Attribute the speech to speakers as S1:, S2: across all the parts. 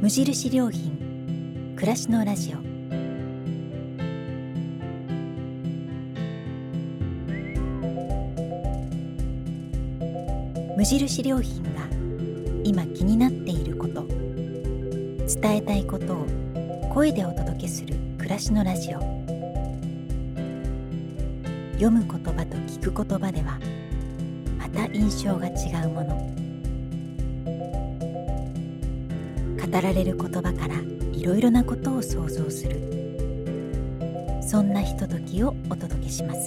S1: 無印良品暮らしのラジオ。無印良品が今気になっていること、伝えたいことを声でお届けする暮らしのラジオ。読む言葉と聞く言葉ではまた印象が違うもの。語られる言葉からいろいろなことを想像する、そんなひとときをお届けします。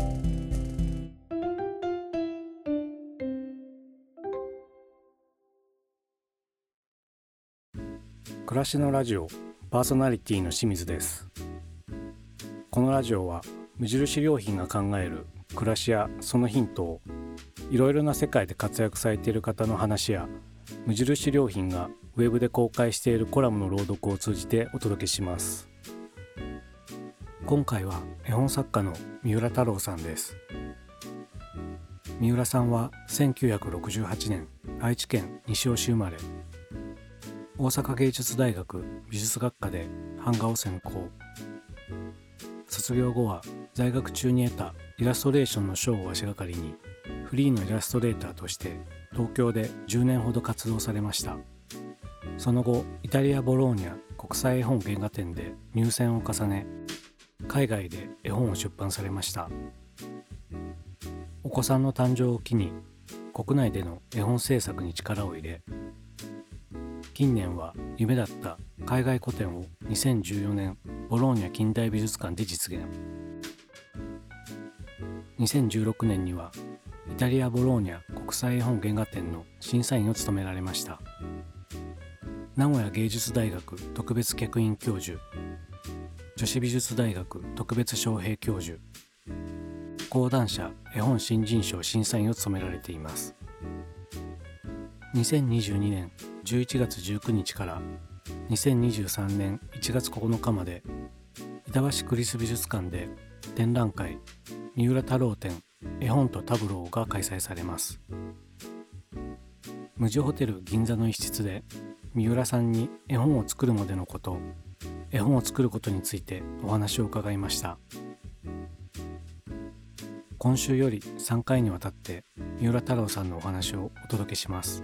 S2: 暮らしのラジオパーソナリティの清水です。このラジオは無印良品が考える暮らしやそのヒントをいろいろな世界で活躍されている方の話や無印良品がウェブで公開しているコラムの朗読を通じてお届けします。今回は絵本作家の三浦太郎さんです。三浦さんは1968年愛知県西尾市生まれ、大阪芸術大学美術学科で版画を専攻。卒業後は在学中に得たイラストレーションの賞を足がかりにフリーのイラストレーターとして東京で10年ほど活動されました。その後イタリア・ボローニャ国際絵本原画展で入選を重ね、海外で絵本を出版されました。お子さんの誕生を機に国内での絵本制作に力を入れ、近年は夢だった海外個展を2014年ボローニャ近代美術館で実現。2016年にはイタリア・ボローニャ国際絵本原画展の審査員を務められました。名古屋芸術大学特別客員教授、女子美術大学特別招聘教授、講談社絵本新人賞審査員を務められています。2022年11月19日から2023年1月9日まで板橋区立美術館で展覧会三浦太郎展絵本とタブローが開催されます。無地ホテル銀座の一室で三浦さんに絵本を作るまでのこと、絵本を作ることについてお話を伺いました。今週より3回にわたって三浦太郎さんのお話をお届けします。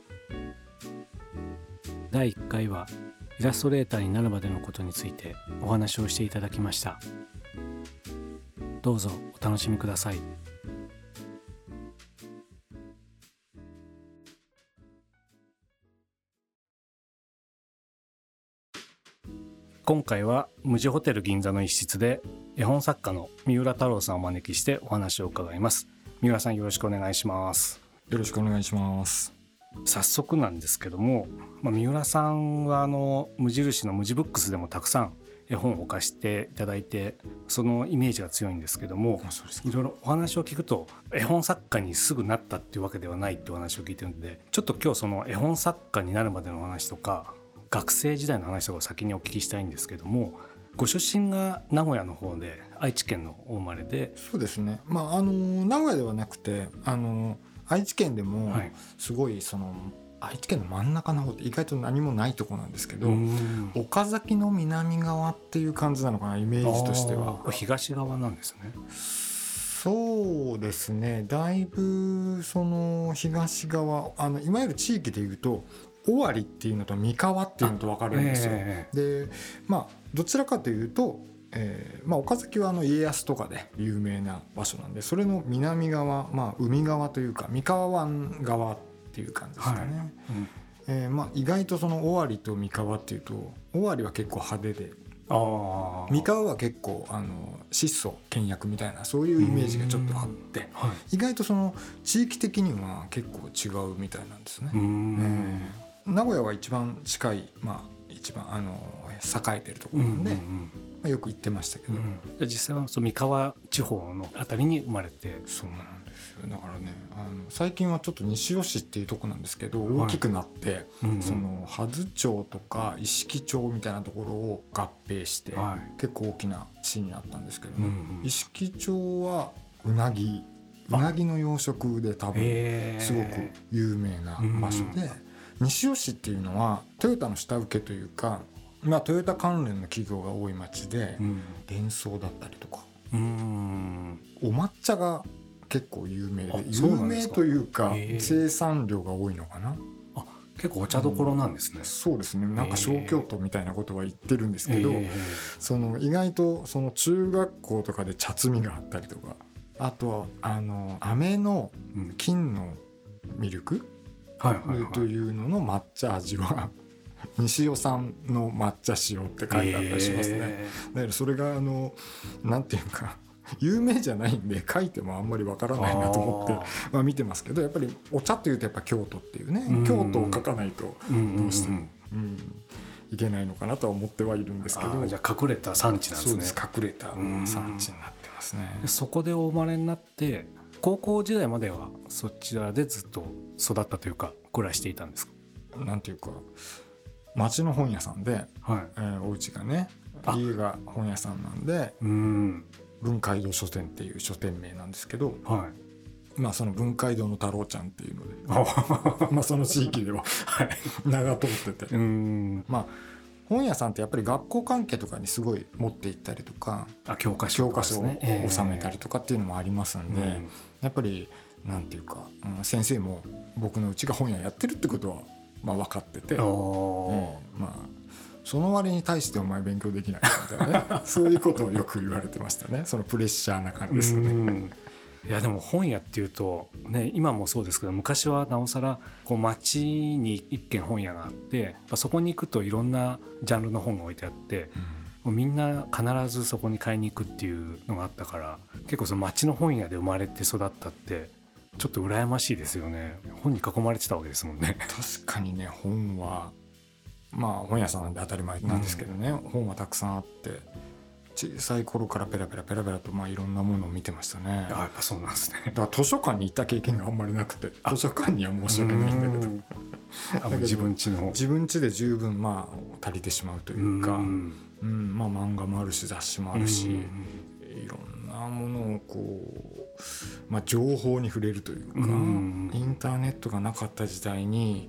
S2: 第1回はイラストレーターになるまでのことについてお話をしていただきました。どうぞお楽しみください。今回は無地ホテル銀座の一室で絵本作家の三浦太郎さんをお招きしてお話を伺います。三浦さん、よろしくお願いします。
S3: よろしくお願いします。
S2: 早速なんですけども、三浦さんは無印の無地ブックスでもたくさん絵本を貸していただいて、そのイメージが強いんですけども、いろいろお話を聞くと絵本作家にすぐなったっていうわけではないってお話を聞いてるんで、ちょっと今日その絵本作家になるまでの話とか学生時代の話とかを先にお聞きしたいんですけども、ご出身が名古屋の方で愛知県のお生まれで。
S3: そうですね、名古屋ではなくて愛知県でもすごい愛知県の真ん中の方って意外と何もないとこなんですけど、岡崎の南側っていう感じなのかな、イメージとしては。
S2: 東側なんですね。
S3: そうですね、だいぶ東側、いわゆる地域でいうと尾張っていうのと三河っていうのと分かるんですよ。でどちらかというと岡崎は家康とかで有名な場所なんで、それの南側、海側というか三河湾側っていう感じですかね。意外と尾張と三河っていうと、尾張は結構派手で、三河は結構質素倹約みたいな、そういうイメージがちょっとあって、意外と地域的には結構違うみたいなんですね。名古屋は一番近い、一番栄えてるところなんで、よく行ってましたけど、
S2: 実際は三河地方のあたりに生まれて。
S3: そうなんですよ。だからね、最近はちょっと西尾市っていうとこなんですけど、大きくなって、波津町とか一色町みたいなところを合併して、結構大きな市になったんですけど、一色町はうなぎの養殖で多分すごく有名な場所で、 西尾市っていうのはトヨタの下請けというか、トヨタ関連の企業が多い町で、電装だったりとか、お抹茶が結構有名で、有名というか生産量が多いのかな。
S2: 結構お茶どころなんですね。
S3: そうですね。なんか小京都みたいなことは言ってるんですけど、その意外とその中学校とかで茶摘みがあったりとか、あと飴の金のミルク、というのの抹茶味は西尾さんの抹茶塩って書いてあったりしますね。だからそれがなんていうか有名じゃないんで書いてもあんまりわからないなと思って見てますけど、やっぱりお茶というとやっぱ京都っていうね、京都を書かないとどうしてもいけないのかなとは思ってはいるんですけど。
S2: じゃあ隠れた産地なんですね。
S3: そうです、隠れた産地になってますね。
S2: そこでお生まれになって高校時代まではそちらでずっと育ったというか暮らしていたんですか？
S3: なんていうか町の本屋さんで、お家がね、家が本屋さんなんで、文海堂書店っていう書店名なんですけど、その文海堂の太郎ちゃんっていうのでその地域では名が通ってて、本屋さんってやっぱり学校関係とかにすごい持って行ったりとか、教科書を収めたりとかっていうのもありますんで、やっぱりなんていうか、先生も僕のうちが本屋やってるってことは分かってて、その割に対してお前勉強できないみたいなねそういうことをよく言われてましたね。そのプレッシャーな感じですよね。
S2: いやでも本屋っていうとね、今もそうですけど昔はなおさらこう街に一軒本屋があって、そこに行くといろんなジャンルの本が置いてあって、もうみんな必ずそこに買いに行くっていうのがあったから、結構その街の本屋で生まれて育ったってちょっと羨ましいですよね。本に囲まれてたわけですもんね。
S3: 確かにね、本は本屋さんなんで当たり前なんですけどね、本はたくさんあって、小さい頃からペラペラといろんなものを見てましたね。
S2: やっぱそうなんですね。
S3: だから図書館に行った経験があんまりなくて、図書館には申し訳ないんだけど自分家で十分足りてしまうというか、漫画もあるし雑誌もあるし、いろんなものをこう、情報に触れるというか、インターネットがなかった時代に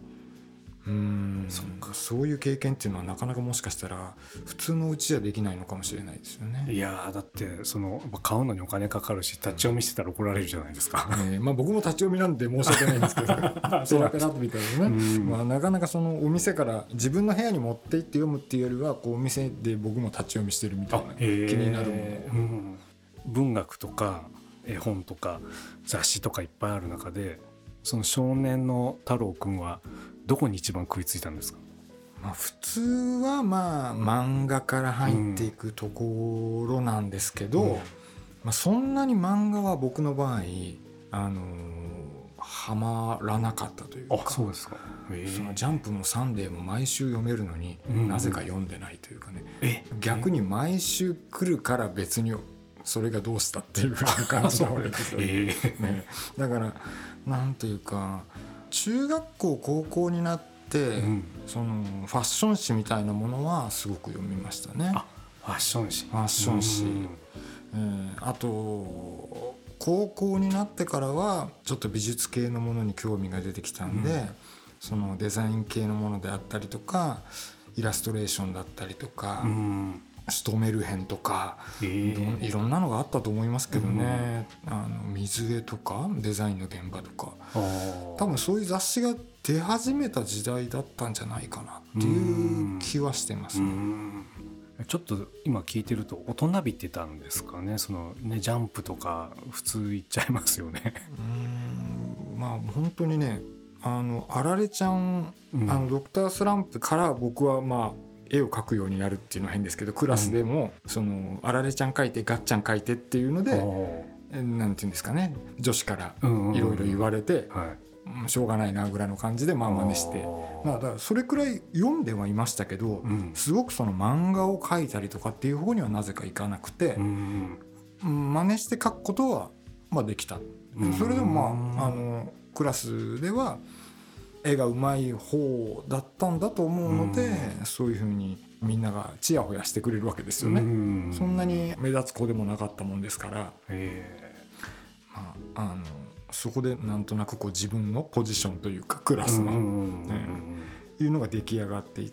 S3: そういう経験っていうのはなかなかもしかしたら普通のうちじゃできないのかもしれないですよね。
S2: いやだって買うのにお金かかるし、立ち読みしてたら怒られるじゃないですか。
S3: 僕も立ち読みなんで申し訳ないんですけどペラペラみたいなね、なかなかそのお店から自分の部屋に持って行って読むっていうよりは、こうお店で僕も立ち読みしてるみたいな気になるもの、
S2: 文学とか絵本とか雑誌とかいっぱいある中で、その少年の太郎くんはどこに一番食いついたんですか？
S3: 普通は漫画から入っていくところなんですけど、そんなに漫画は僕の場合はまらなかったというか。
S2: そうですか。
S3: そのジャンプもサンデーも毎週読めるのに、なぜか読んでないというかね、逆に毎週来るから別にそれがどうしたっていう感じなわけですよね。だからなんというか、中学校高校になって、そのファッション誌みたいなものはすごく読みましたね。
S2: ファッション誌、
S3: あと高校になってからはちょっと美術系のものに興味が出てきたんで、そのデザイン系のものであったりとか、イラストレーションだったりとか、シュトメルヘンとか、いろんなのがあったと思いますけどね、水絵とかデザインの現場とか、多分そういう雑誌が出始めた時代だったんじゃないかなっていう気はしてますね。
S2: ちょっと今聞いてると大人びてたんですかね。ジャンプとか普通言っちゃいますよね。
S3: 本当にね、あられちゃん、ドクタースランプから僕は絵を描くようになるっていうのは変ですけど、クラスでもあられちゃん描いてガッチャン描いてっていうので、なんていうんですかね、女子からいろいろ言われて、しょうがないなぐらいの感じで真似して、だからそれくらい読んではいましたけど、すごくその漫画を描いたりとかっていう方にはなぜかいかなくて、真似して描くことはできた。それでもクラスでは絵が上手い方だったんだと思うので、そういう風にみんながチヤホヤしてくれるわけですよね。そんなに目立つ子でもなかったもんですから、 そこでなんとなくこう自分のポジションというかクラスの、いうのが出来上がっていって、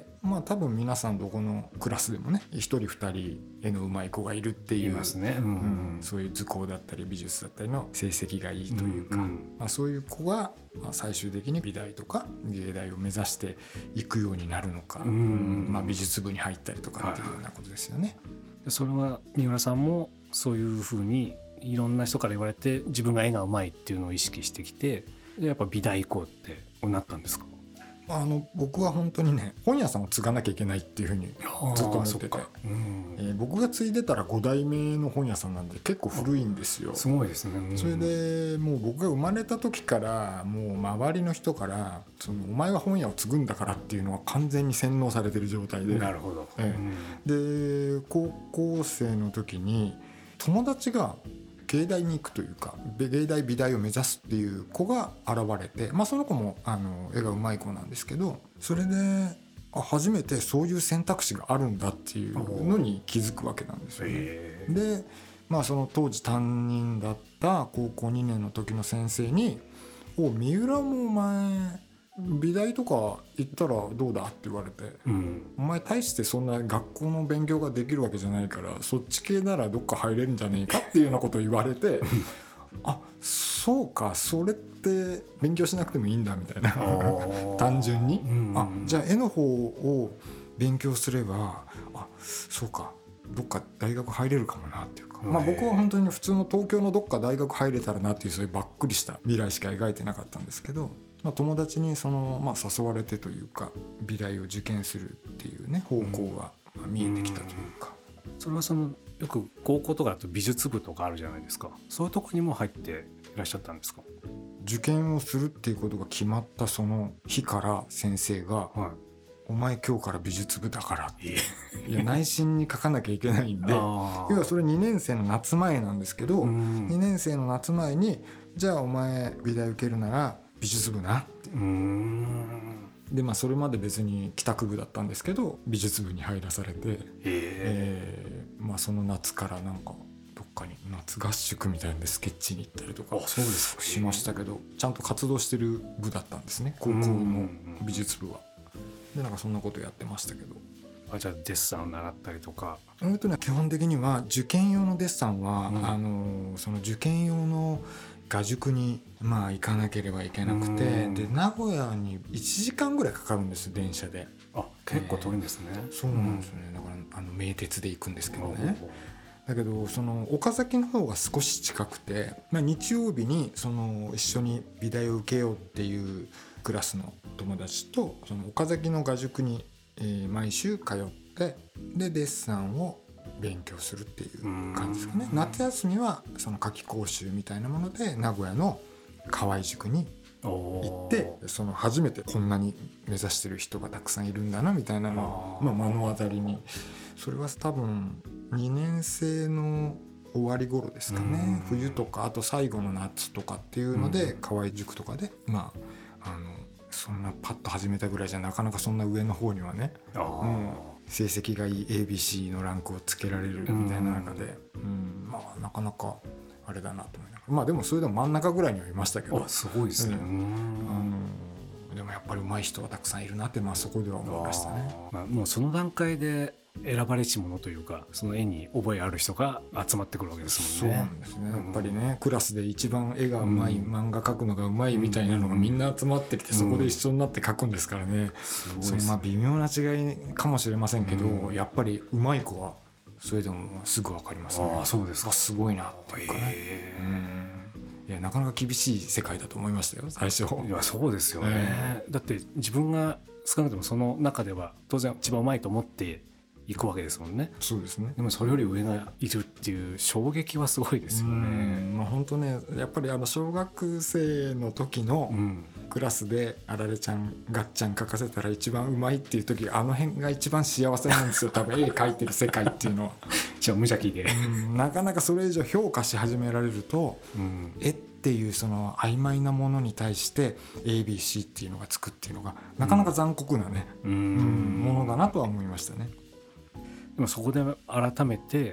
S3: まあ多分皆さんどこのクラスでもね1人2人絵の上手い子がいるっていう、
S2: ますね、
S3: そういう図工だったり美術だったりの成績がいいというか、まあ、そういう子が最終的に美大とか芸大を目指していくようになるのか、まあ、美術部に入ったりとかっていうようなことですよね。
S2: それは三浦さんもそういうふうにいろんな人から言われて自分が絵が上手いっていうのを意識してきて、でやっぱ美大行こうってなったんですか？
S3: 僕は本当にね本屋さんを継がなきゃいけないっていうふうにずっと思ってて、僕が継いでたら5代目の本屋さんなんで結構古いんですよ。
S2: すごいですね、
S3: それでもう僕が生まれた時からもう周りの人からお前は本屋を継ぐんだからっていうのは完全に洗脳されてる状態で、
S2: なるほど、
S3: で高校生の時に友達が芸大に行くというか芸大美大を目指すっていう子が現れて、まあ、その子も絵が上手い子なんですけど、それで初めてそういう選択肢があるんだっていうのに気づくわけなんですよね。で、まあ、その当時担任だった高校2年の時の先生に「三浦もお前美大とか行ったらどうだ?」って言われて、お前大してそんな学校の勉強ができるわけじゃないからそっち系ならどっか入れるんじゃねえかっていうようなことを言われてあ、そうか、それって勉強しなくてもいいんだみたいな単純に、じゃあ絵の方を勉強すればそうか、どっか大学入れるかもなっていうか、まあ、僕は本当に普通の東京のどっか大学入れたらなっていうそういうばっくりした未来しか描いてなかったんですけど、まあ、友達に誘われてというか美大を受験するっていうね方向が見えてきたというか、
S2: それはよく高校とかだと美術部とかあるじゃないですか、そういうとこにも入っていらっしゃったんですか？
S3: 受験をするっていうことが決まったその日から先生が、お前今日から美術部だからっていや内心に書かなきゃいけないんで要はそれ2年生の夏前なんですけど、2年生の夏前にじゃあお前美大受けるなら美術部なって、でまあそれまで別に帰宅部だったんですけど美術部に入らされて、まあその夏からなんかどっかに夏合宿みたいなんでスケッチに行ったりとかしましたけど、ちゃんと活動してる部だったんですね、高校の美術部は。でなんかそんなことやってましたけど。
S2: じゃあデッサンを習ったりとか。
S3: 基本的には受験用のデッサンは、その受験用の画塾にまあ行かなければいけなくて、で名古屋に1時間ぐらいかかるんです電車で。
S2: 結構遠いんですね。
S3: そうなんですね。だから名鉄で行くんですけどね。だけどその岡崎の方が少し近くて、まあ、日曜日に一緒に美大を受けようっていうクラスの友達とその岡崎の画塾に、毎週通ってでデッサンを勉強するっていう感じですかね。夏休みはその夏期講習みたいなもので名古屋の河合塾に行って初めてこんなに目指してる人がたくさんいるんだなみたいなのを目の当たりに、それは多分2年生の終わり頃ですかね、冬とかあと最後の夏とかっていうので河合塾とかでそんなパッと始めたぐらいじゃなかなかそんな上の方にはね、成績がいい ABC のランクをつけられるみたいな中で、まあなかなかあれだなと思いながら、まあでもそれでも真ん中ぐらいにはいましたけど、
S2: すごいですね。
S3: でもやっぱり上手い人はたくさんいるなって、そこでは思いましたね。
S2: もうその段階で選ばれし者というかその絵に覚えある人が集まってくるわけですもんね。
S3: そうなんですね。やっぱりね、クラスで一番絵がうまい、漫画描くのがうまいみたいなのがみんな集まってきて、そこで一緒になって描くんですからね。その微妙な違いかもしれませんけど、やっぱりうまい子はそれでもすぐ分かりますね。
S2: そうですか。
S3: すごいなっていうかね。いやなかなか厳しい世界だと思いましたよ最初。
S2: いやそうですよね、だって自分が少なくともその中では当然一番うまいと思っていくわけですもんね。
S3: そうですね。
S2: でもそれより上がいるっていう衝撃はすごいですよね。
S3: 本当ね、やっぱり小学生の時のクラスであられちゃんがっちゃん描かせたら一番うまいっていう時、あの辺が一番幸せなんですよ多分絵描いてる世界っていうのは
S2: 一応無邪気で
S3: なかなかそれ以上評価し始められると、絵っていうその曖昧なものに対して ABC っていうのがつくっていうのがなかなか残酷なね、ものだなとは思いましたね。
S2: でもそこで改めて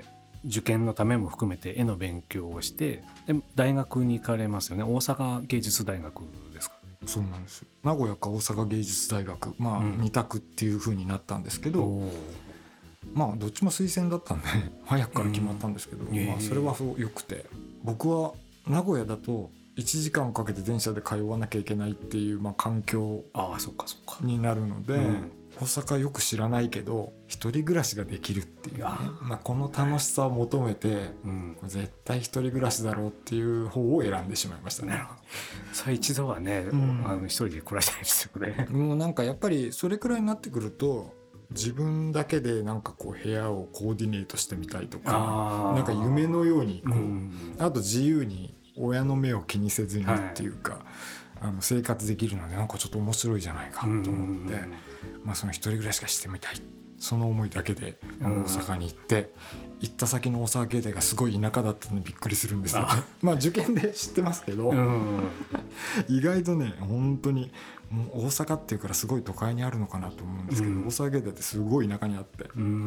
S2: 受験のためも含めて絵の勉強をしてで大学に行かれますよね。大阪芸術大学ですか？
S3: そうなんです。名古屋か大阪芸術大学、2択っていう風になったんですけど、どっちも推薦だったんで早くから決まったんですけど、それはそう良くて、僕は名古屋だと1時間かけて電車で通わなきゃいけないっていう、環境になるので、大阪よく知らないけど一人暮らしができるっていうね、この楽しさを求めて、絶対一人暮らしだろうっていう方を選んでしまいましたね。
S2: それ一度はね、一人で暮らしたいですよね。
S3: もうなんかやっぱりそれくらいになってくると自分だけでなんかこう部屋をコーディネートしてみたいとか、なんか夢のようにこう、あと自由に親の目を気にせずにっていうか、生活できるのでなんかちょっと面白いじゃないかと思って、その一人暮らしがしてみたい、その思いだけで大阪に行って、行った先の大阪芸大がすごい田舎だったのでびっくりするんですよね。受験で知ってますけど、意外とね本当にもう大阪っていうからすごい都会にあるのかなと思うんですけど、大阪芸大ってすごい田舎にあって、い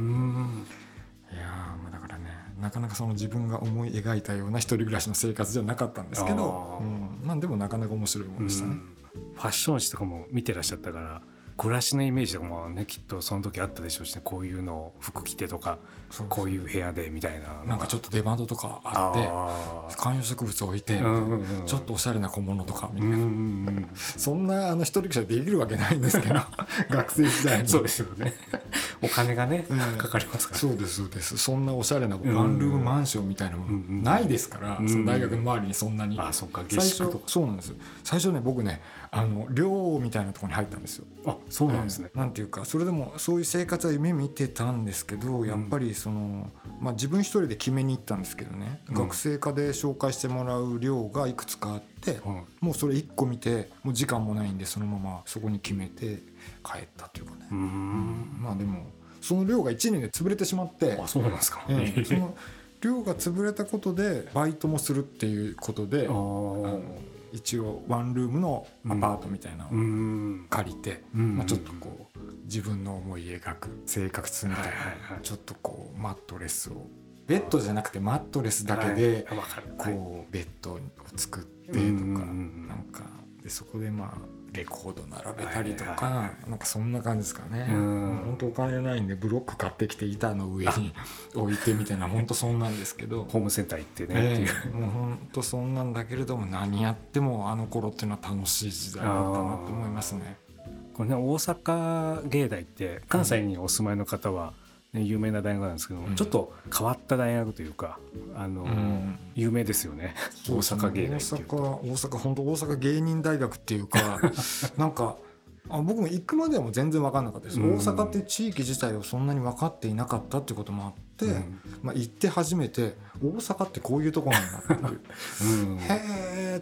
S3: やだからね、なかなかその自分が思い描いたような一人暮らしの生活じゃなかったんですけど、でもなかなか面白いものでしたね。
S2: ファッション誌とかも見てらっしゃったから暮らしのイメージとかもねきっとその時あったでしょうしね。こういうの服着てとか、こういう部屋でみたいな、
S3: なんかちょっと出窓とかあって観葉植物を置いて、ちょっとおしゃれな小物とかみたいな、そんな一人暮らしできるわけないんですけど学生時代に
S2: そうですよねお金がね、かかりますから、
S3: そうですそうです。そんなおしゃれなワンルームマンションみたいなものないですから、その大学の周りにそんなに。そうなんです。最初ね僕ね寮みたいなところに入ったんですよ。
S2: そうなんですね。
S3: なんていうか、それでもそういう生活は夢見てたんですけど、やっぱりその、自分一人で決めに行ったんですけどね、学生課で紹介してもらう寮がいくつかあって、もうそれ1個見てもう時間もないんでそのままそこに決めて帰ったというかね。でもその寮が1年で潰れてしまって。
S2: そうなんですか。
S3: その寮が潰れたことでバイトもするっていうことで、一応ワンルームのアパートみたいなのを借りて、ちょっとこう自分の思い描く生活みたいな、ちょっとこうマットレスをベッドじゃなくてマットレスだけでこうベッドを作ってとか、なんかでそこでレコード並べたりとか、なんかそんな感じですかね。本当お金ないんでブロック買ってきて板の上に置いてみたいな、本当そんなんですけど
S2: ホームセンター行ってねっていう、
S3: もう本当そんなんだけれども、何やってもあの頃っていうのは楽しい時代だったなと思いますね。
S2: これね、大阪芸大って関西にお住まいの方は、有名な大学なんですけど、ちょっと変わった大学というか有名ですよね。大阪芸大っていうと
S3: 本当大阪芸人大学っていうかなんか僕も行くまではもう全然分かんなかったです。大阪っていう地域自体をそんなに分かっていなかったっていうこともあって、行って初めて大阪ってこういうとこなんだっていうへーって、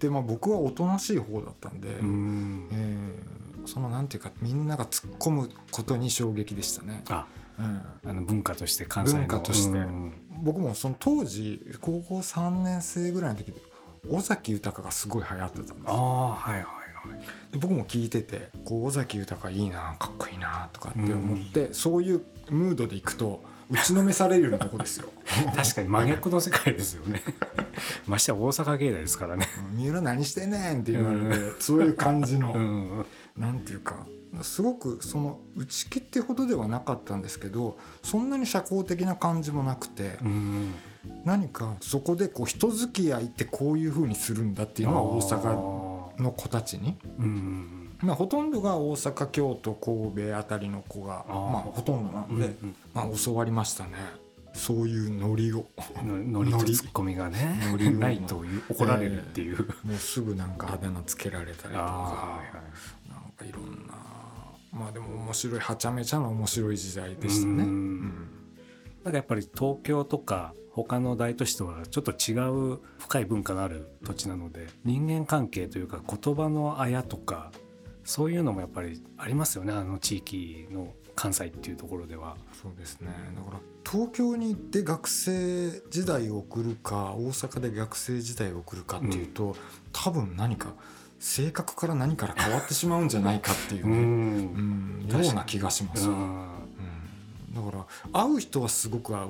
S3: 僕はおとなしい方だったんで、そのなんていうかみんなが突っ込むことに衝撃でしたね。
S2: 文化として関西の
S3: 文化として、僕もその当時高校3年生ぐらいの時で尾崎豊がすごい流行ってたんですよ。で僕も聞いてて、尾崎豊いいな、かっこいいなとかって思って、そういうムードでいくと打ちのめされるようなとこですよ
S2: 確かに真逆の世界ですよねましてや大阪芸大ですからね
S3: 三浦何してんねんって言われてそういう感じのなんていうか、すごくその打ち切ってほどではなかったんですけど、そんなに社交的な感じもなくて、何かそこでこう人付き合いってこういう風にするんだっていうのは大阪の子たちに、ほとんどが大阪、京都、神戸あたりの子がほとんどなので、教わりましたね。そういうノリと
S2: ツッコミがねないと怒られるっていう、
S3: もうすぐなんかあだ名つけられたりとか、なんかいろんな、でも面白い、はちゃめちゃな面白い時代でしたね。
S2: なんかやっぱり東京とか他の大都市とはちょっと違う深い文化のある土地なので、人間関係というか言葉のあやとかそういうのもやっぱりありますよね、あの地域の関西っていうところでは。
S3: そうですね。だから東京に行って学生時代を送るか大阪で学生時代を送るかっていうと、多分何か性格から何から変わってしまうんじゃないかっていうねような気がします。だから会う人はすごく会う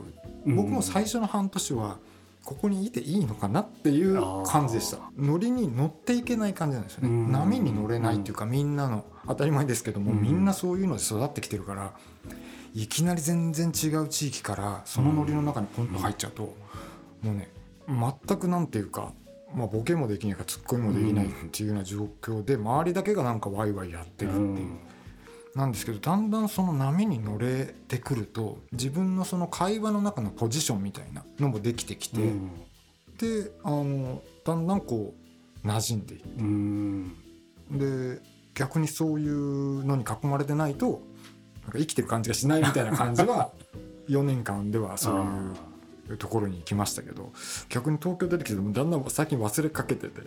S3: 僕も最初の半年はここにいていいのかなっていう感じでした。ノリに乗っていけない感じなんですよね。波に乗れないっていうか、みんなの当たり前ですけども、みんなそういうので育ってきてるから、いきなり全然違う地域からそのノリの中にポンと入っちゃうと、もうね全くなんていうか、ボケもできないかツッコミもできないっていうような状況で、周りだけがなんかワイワイやってるっていうなんですけど、だんだんその波に乗れてくると、自分のその会話の中のポジションみたいなのもできてきて、でだんだんこう馴染んでいって、で逆にそういうのに囲まれてないとなんか生きてる感じがしないみたいな感じは4年間ではそういうところに行きましたけど、逆に東京出てきてもだんだん最近忘れかけてて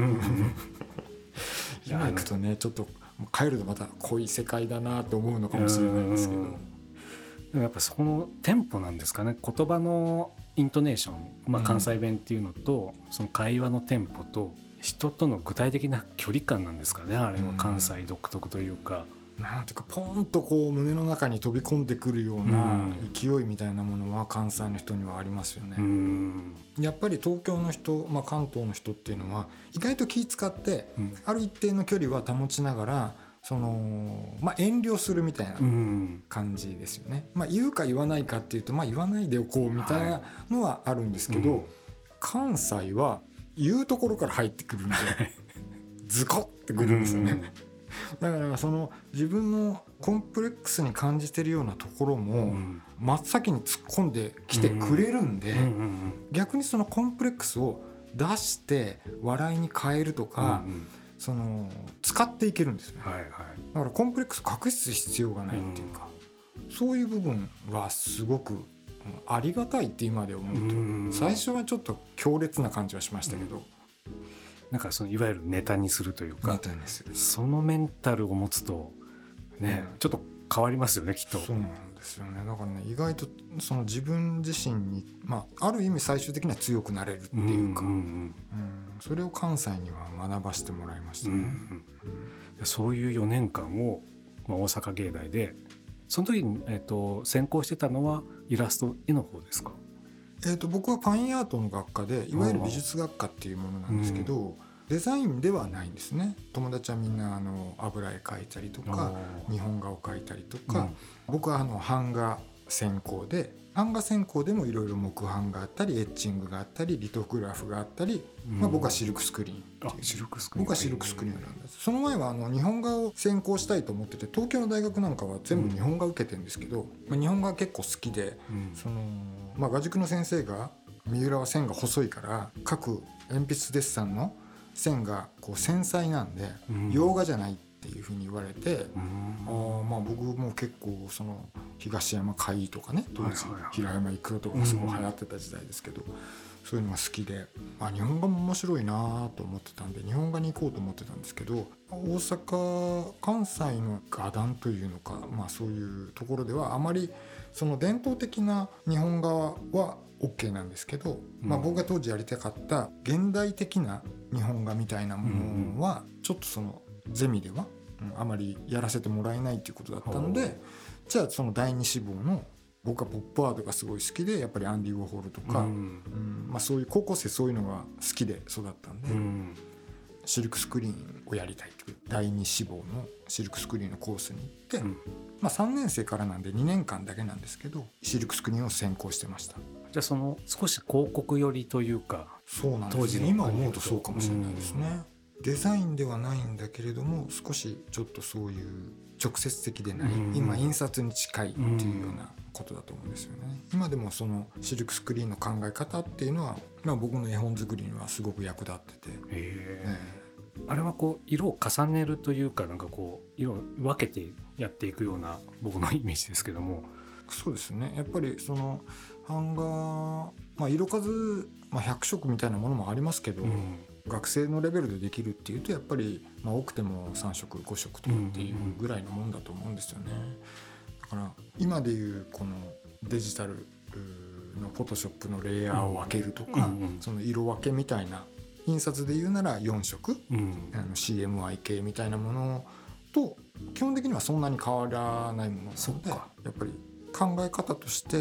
S3: 今行くとね、ちょっと帰るとまた濃い世界だなと思うのかもしれないですけど、
S2: でもやっぱそのテンポなんですかね。言葉のイントネーション、関西弁っていうのと、その会話のテンポと人との具体的な距離感なんですかね。あれは関西独特というか、
S3: なんていうかポンとこう胸の中に飛び込んでくるような勢いみたいなものは関西の人にはありますよね。やっぱり東京の人、関東の人っていうのは意外と気使って、ある一定の距離は保ちながらその、遠慮するみたいな感じですよね。言うか言わないかっていうと、言わないでおこうみたいなのはあるんですけど、関西は言うところから入ってくるんでズコッてくるんですよね。だからその自分のコンプレックスに感じてるようなところも真っ先に突っ込んできてくれるんで、逆にそのコンプレックスを出して笑いに変えるとか、その使っていけるんですよね。だからコンプレックス隠す必要がないっていうか、そういう部分はすごくありがたいって今で思うと、最初はちょっと強烈な感じはしましたけど、
S2: なんかそのいわゆるネタにするというか、そのメンタルを持つとね、ちょっと変わりますよね、きっと。
S3: そうなんですよね。だからね、意外とその自分自身に、ある意味最終的には強くなれるっていうか、それを関西には学ばせてもらいましたね。
S2: そういう4年間を、大阪芸大で、その時に、専攻してたのはイラスト絵の方ですか？
S3: 僕はファインアートの学科で、いわゆる美術学科っていうものなんですけど、デザインではないんですね。友達はみんな油絵描いたりとか日本画を描いたりとか、僕は版画専攻で、版画専攻でもいろいろ木版があったりエッチングがあったりリトグラフがあったり、僕はシルクスクリーンっていう、僕はシルクスクリーンなんです。その前は日本画を専攻したいと思ってて、東京の大学なんかは全部日本画受けてるんですけど、日本画結構好きで、その画塾の先生が三浦は線が細いから各鉛筆デッサンの線がこう繊細なんで洋画じゃないっていうふうに言われて、僕も結構その東山海とかね、当時平山郁夫とかもすごい流行ってた時代ですけど、そういうのが好きで、日本画も面白いなと思ってたんで日本画に行こうと思ってたんですけど、大阪関西の画壇というのか、そういうところではあまりその伝統的な日本画は OK なんですけど、僕が当時やりたかった現代的な日本画みたいなものはちょっとそのゼミではあまりやらせてもらえないということだったので、じゃあその第二志望の、僕はポップアートがすごい好きで、やっぱりアンディ・ウォーホルとか、そういう高校生そういうのが好きで育ったんで、シルクスクリーンをやりたいという第二志望のシルクスクリーンのコースに行って、3年生からなんで2年間だけなんですけど、シルクスクリーンを専攻してました。
S2: じゃあその少し広告寄りというか、
S3: そうなんですね。今思うとそうかもしれないですね。デザインではないんだけれども、少しちょっとそういう直接的でない、今印刷に近いっていうようなことだと思うんですよね。今でもそのシルクスクリーンの考え方っていうのは、僕の絵本作りにはすごく役立ってて、
S2: あれはこう色を重ねるというか、なんかこう色を分けてやっていくような僕のイメージですけども。
S3: そうですね。やっぱりその版画、色数、100色みたいなものもありますけど、学生のレベルでできるっていうとやっぱり、多くても3色5色とかっていうぐらいのもんだと思うんですよね。だから今でいうこのデジタルのフォトショップのレイヤーを分けるとか、その色分けみたいな、印刷で言うなら4色、CMYK 系みたいなものと基本的にはそんなに変わらないものなので、やっぱり考え方として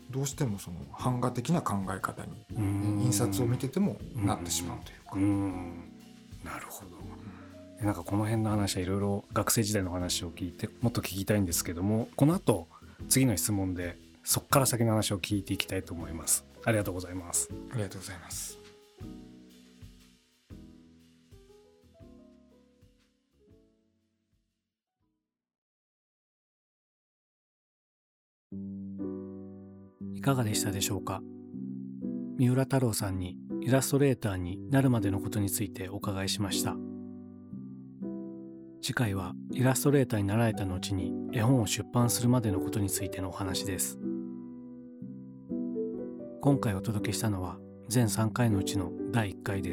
S3: どうしてもその版画的な考え方に印刷を見ててもなってしまうというか。
S2: なるほど。なんかこの辺の話はいろいろ学生時代の話を聞いてもっと聞きたいんですけども、この後次の質問でそこから先の話を聞いていきたいと思います。ありがとうございます。
S3: ありがとうございます。
S2: いかがでしたでしょうか。三浦太郎さんにイラストレーターになるまでのことについてお伺いしました。次回はイラストレーターになられた後に絵本を出版するまでのことについてのお話です。今回お届けしたのは全3回のうちの第1回です。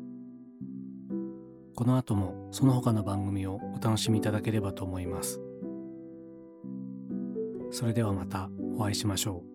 S2: この後もその他の番組をお楽しみいただければと思います。それではまたお会いしましょう。